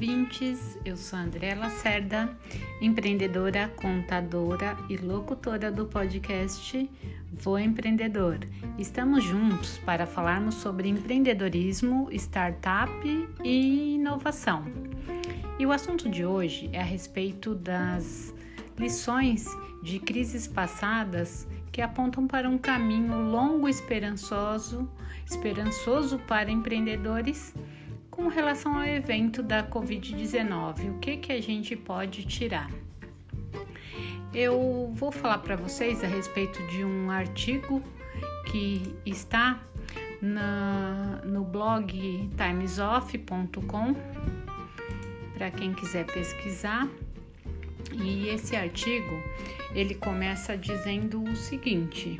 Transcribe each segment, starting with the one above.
ouvintes, eu sou Andréa Lacerda, empreendedora, contadora e locutora do podcast Voa Empreendedor. Estamos juntos para falarmos sobre empreendedorismo, startup e inovação. E o assunto de hoje é a respeito das lições de crises passadas que apontam para um caminho longo e esperançoso para empreendedores com relação ao evento da Covid-19. O que a gente pode tirar? Eu vou falar para vocês a respeito de um artigo que está no blog timesoff.com, para quem quiser pesquisar. E esse artigo, ele começa dizendo o seguinte: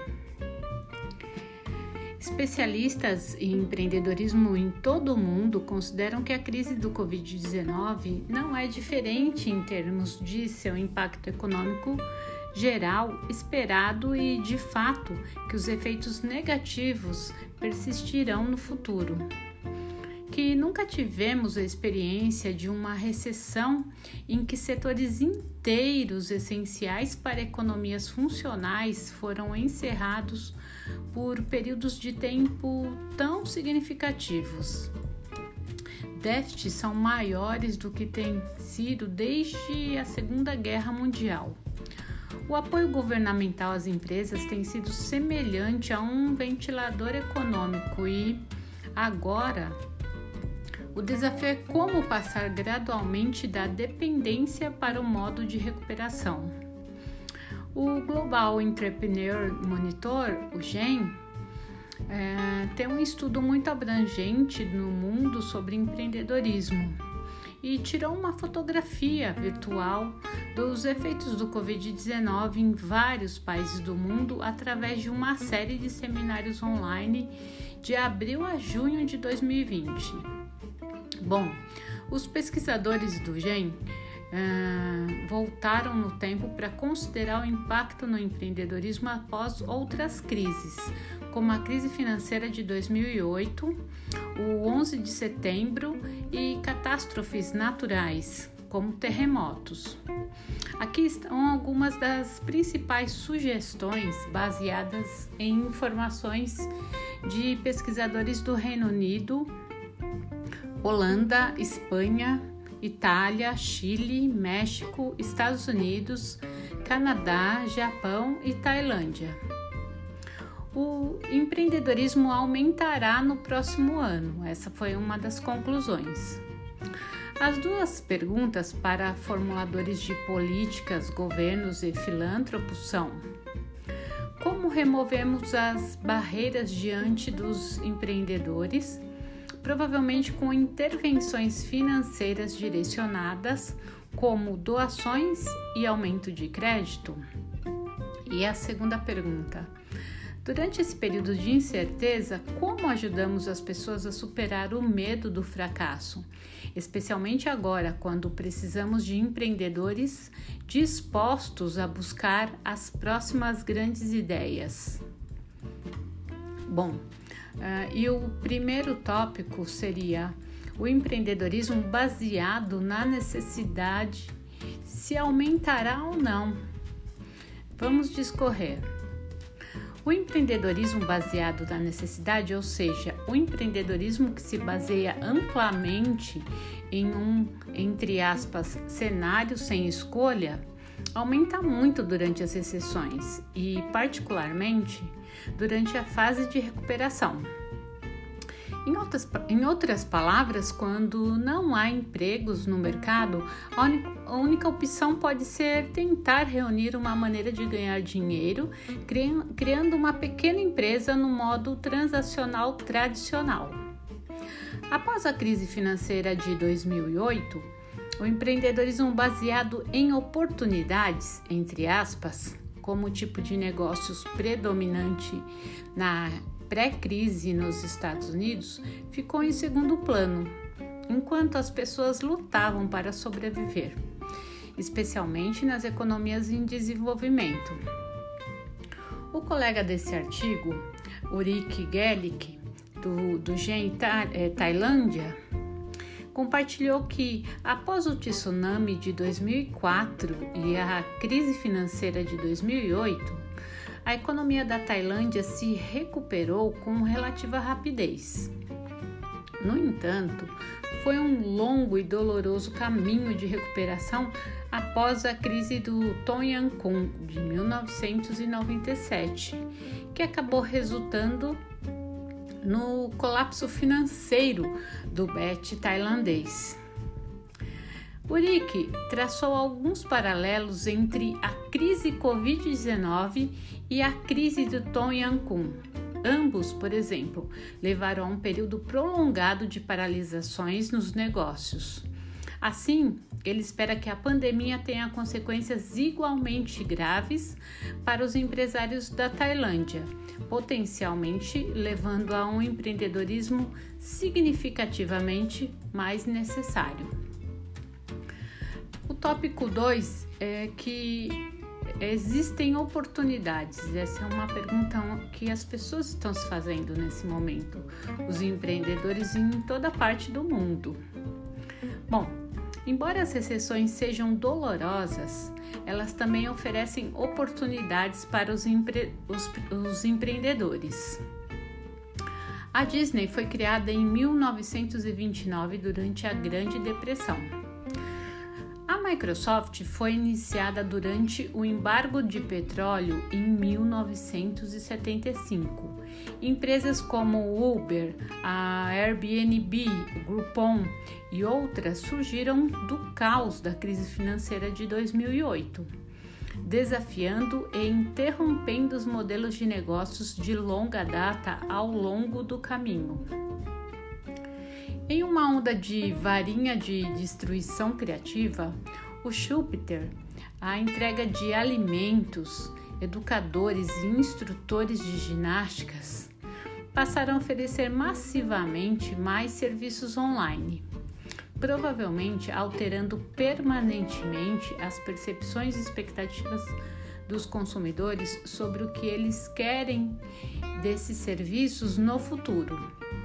especialistas em empreendedorismo em todo o mundo consideram que a crise do Covid-19 não é diferente em termos de seu impacto econômico geral esperado e, de fato, que os efeitos negativos persistirão no futuro. Que nunca tivemos a experiência de uma recessão em que setores inteiros essenciais para economias funcionais foram encerrados por períodos de tempo tão significativos. Déficits são maiores do que têm sido desde a Segunda Guerra Mundial. O apoio governamental às empresas tem sido semelhante a um ventilador econômico e, agora, o desafio é como passar gradualmente da dependência para o modo de recuperação. O Global Entrepreneur Monitor, o GEM, tem um estudo muito abrangente no mundo sobre empreendedorismo e tirou uma fotografia virtual dos efeitos do Covid-19 em vários países do mundo através de uma série de seminários online de abril a junho de 2020. Bom, os pesquisadores do GEM voltaram no tempo para considerar o impacto no empreendedorismo após outras crises, como a crise financeira de 2008, o 11 de setembro e catástrofes naturais, como terremotos. Aqui estão algumas das principais sugestões baseadas em informações de pesquisadores do Reino Unido, Holanda, Espanha, Itália, Chile, México, Estados Unidos, Canadá, Japão e Tailândia. O empreendedorismo aumentará no próximo ano. Essa foi uma das conclusões. As duas perguntas para formuladores de políticas, governos e filântropos são: como removemos as barreiras diante dos empreendedores? Provavelmente com intervenções financeiras direcionadas, como doações e aumento de crédito? E a segunda pergunta: durante esse período de incerteza, como ajudamos as pessoas a superar o medo do fracasso? Especialmente agora, quando precisamos de empreendedores dispostos a buscar as próximas grandes ideias. Bom, e o primeiro tópico seria o empreendedorismo baseado na necessidade, se aumentará ou não. Vamos discorrer. O empreendedorismo baseado na necessidade, ou seja, o empreendedorismo que se baseia amplamente em um, entre aspas, cenário sem escolha, aumenta muito durante as recessões e, particularmente, durante a fase de recuperação. Em outras palavras, quando não há empregos no mercado, a única opção pode ser tentar reunir uma maneira de ganhar dinheiro, criando uma pequena empresa no modo transacional tradicional. Após a crise financeira de 2008, o empreendedorismo baseado em oportunidades, entre aspas, como tipo de negócios predominante na pré-crise nos Estados Unidos, ficou em segundo plano, enquanto as pessoas lutavam para sobreviver, especialmente nas economias em desenvolvimento. O colega desse artigo, Ulrich Gellick, do GEM Tailândia, compartilhou que, após o tsunami de 2004 e a crise financeira de 2008, a economia da Tailândia se recuperou com relativa rapidez. No entanto, foi um longo e doloroso caminho de recuperação após a crise do Tonhankon de 1997, que acabou resultando no colapso financeiro do baht tailandês. Uric traçou alguns paralelos entre a crise Covid-19 e a crise do Tonhankon. Ambos, por exemplo, levaram a um período prolongado de paralisações nos negócios. Assim, ele espera que a pandemia tenha consequências igualmente graves para os empresários da Tailândia, potencialmente levando a um empreendedorismo significativamente mais necessário. O tópico 2 é que existem oportunidades. Essa é uma pergunta que as pessoas estão se fazendo nesse momento, os empreendedores em toda parte do mundo. Bom, embora as recessões sejam dolorosas, elas também oferecem oportunidades para os empreendedores. A Disney foi criada em 1929 durante a Grande Depressão. A Microsoft foi iniciada durante o embargo de petróleo em 1975. Empresas como o Uber, a Airbnb, o Groupon e outras surgiram do caos da crise financeira de 2008, desafiando e interrompendo os modelos de negócios de longa data ao longo do caminho. Em uma onda de varinha de destruição criativa, o Júpiter, a entrega de alimentos, educadores e instrutores de ginásticas, passaram a oferecer massivamente mais serviços online, provavelmente alterando permanentemente as percepções e expectativas dos consumidores sobre o que eles querem desses serviços no futuro.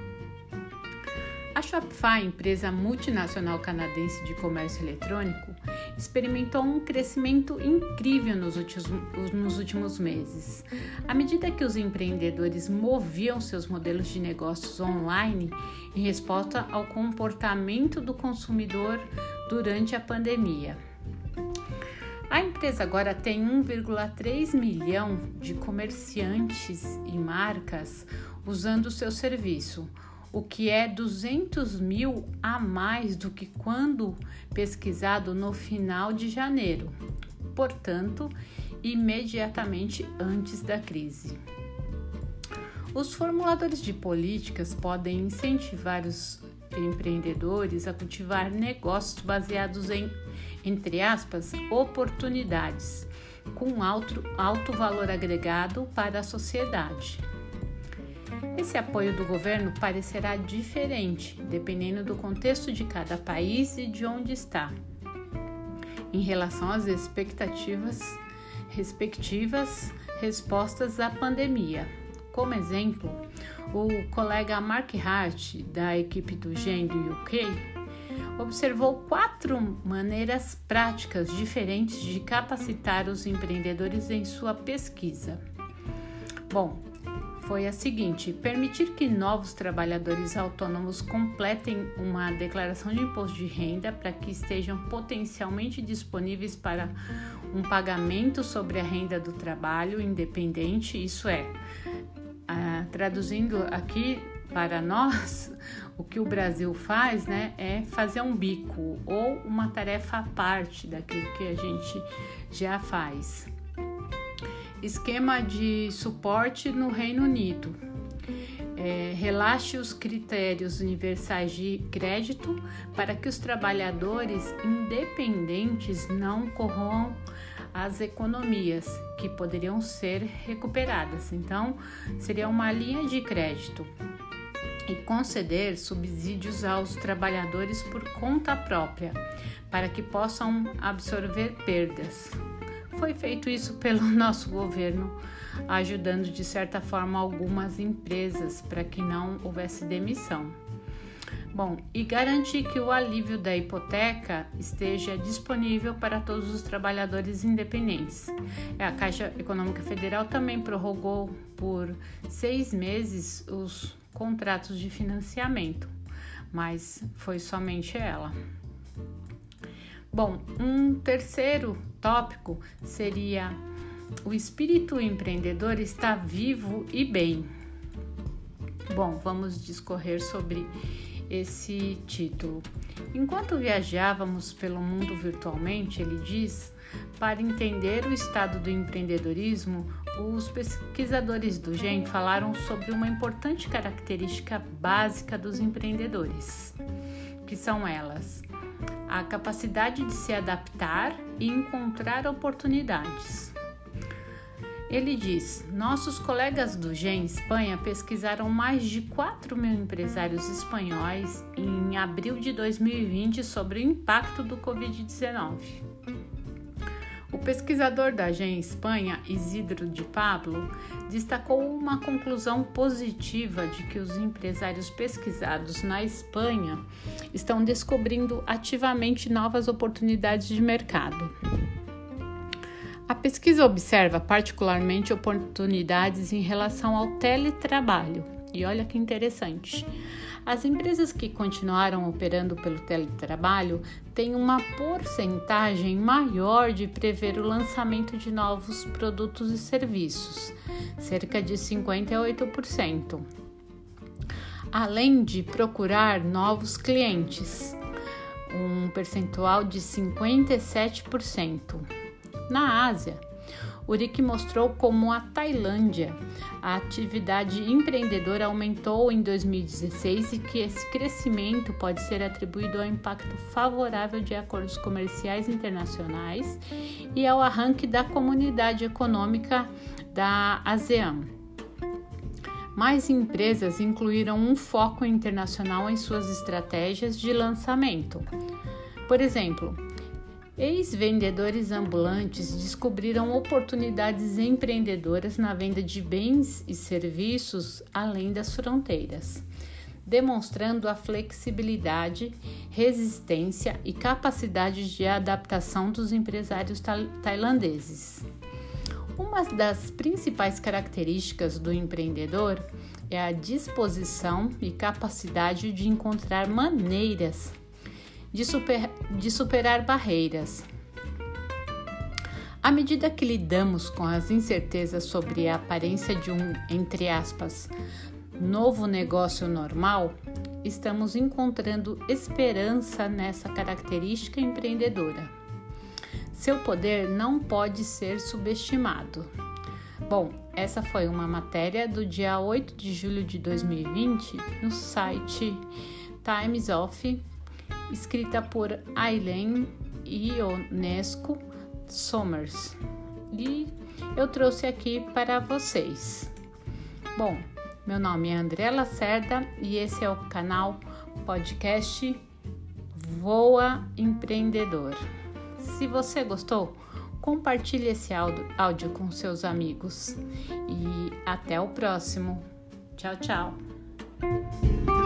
A Shopify, empresa multinacional canadense de comércio eletrônico, experimentou um crescimento incrível nos últimos meses. À medida que os empreendedores moviam seus modelos de negócios online em resposta ao comportamento do consumidor durante a pandemia. A empresa agora tem 1,3 milhão de comerciantes e marcas usando o seu serviço, o que é 200 mil a mais do que quando pesquisado no final de janeiro, portanto, imediatamente antes da crise. Os formuladores de políticas podem incentivar os empreendedores a cultivar negócios baseados em, entre aspas, oportunidades, com alto valor agregado para a sociedade. Esse apoio do governo parecerá diferente, dependendo do contexto de cada país e de onde está, em relação às respectivas respostas à pandemia. Como exemplo, o colega Mark Hart, da equipe do GEM do UK, observou 4 maneiras práticas diferentes de capacitar os empreendedores em sua pesquisa. Bom, foi a seguinte: permitir que novos trabalhadores autônomos completem uma declaração de imposto de renda para que estejam potencialmente disponíveis para um pagamento sobre a renda do trabalho independente, isso é, traduzindo aqui para nós, o que o Brasil faz, né, é fazer um bico ou uma tarefa à parte daquilo que a gente já faz. Esquema de suporte no Reino Unido. Relaxe os critérios universais de crédito para que os trabalhadores independentes não corroam as economias que poderiam ser recuperadas. Então, seria uma linha de crédito e conceder subsídios aos trabalhadores por conta própria para que possam absorver perdas. Foi feito isso pelo nosso governo, ajudando de certa forma algumas empresas para que não houvesse demissão. Bom, e garantir que o alívio da hipoteca esteja disponível para todos os trabalhadores independentes. A Caixa Econômica Federal também prorrogou por 6 meses os contratos de financiamento, mas foi somente ela. Bom, um terceiro tópico seria: o espírito empreendedor está vivo e bem. Bom, vamos discorrer sobre esse título. Enquanto viajávamos pelo mundo virtualmente, ele diz, para entender o estado do empreendedorismo, os pesquisadores do GEM falaram sobre uma importante característica básica dos empreendedores, que são elas: a capacidade de se adaptar e encontrar oportunidades. Ele diz: nossos colegas do GEM Espanha pesquisaram mais de 4.000 empresários espanhóis em abril de 2020 sobre o impacto do Covid-19. O pesquisador da GEM Espanha, Isidro de Pablo, destacou uma conclusão positiva de que os empresários pesquisados na Espanha estão descobrindo ativamente novas oportunidades de mercado. A pesquisa observa particularmente oportunidades em relação ao teletrabalho. E olha que interessante. As empresas que continuaram operando pelo teletrabalho têm uma porcentagem maior de prever o lançamento de novos produtos e serviços, cerca de 58%, além de procurar novos clientes, um percentual de 57%. Na Ásia, o RIC mostrou como a Tailândia, a atividade empreendedora aumentou em 2016 e que esse crescimento pode ser atribuído ao impacto favorável de acordos comerciais internacionais e ao arranque da Comunidade Econômica da ASEAN. Mais empresas incluíram um foco internacional em suas estratégias de lançamento. Por exemplo, ex-vendedores ambulantes descobriram oportunidades empreendedoras na venda de bens e serviços além das fronteiras, demonstrando a flexibilidade, resistência e capacidade de adaptação dos empresários tailandeses. Uma das principais características do empreendedor é a disposição e capacidade de encontrar maneiras de superar barreiras. À medida que lidamos com as incertezas sobre a aparência de um, entre aspas, novo negócio normal, estamos encontrando esperança nessa característica empreendedora. Seu poder não pode ser subestimado. Bom, essa foi uma matéria do dia 8 de julho de 2020 no site Times of, escrita por Aileen Ionesco Somers, e eu trouxe aqui para vocês. Bom, meu nome é André Lacerda e esse é o canal podcast Voa Empreendedor. Se você gostou, compartilhe esse áudio com seus amigos e até o próximo. Tchau, tchau!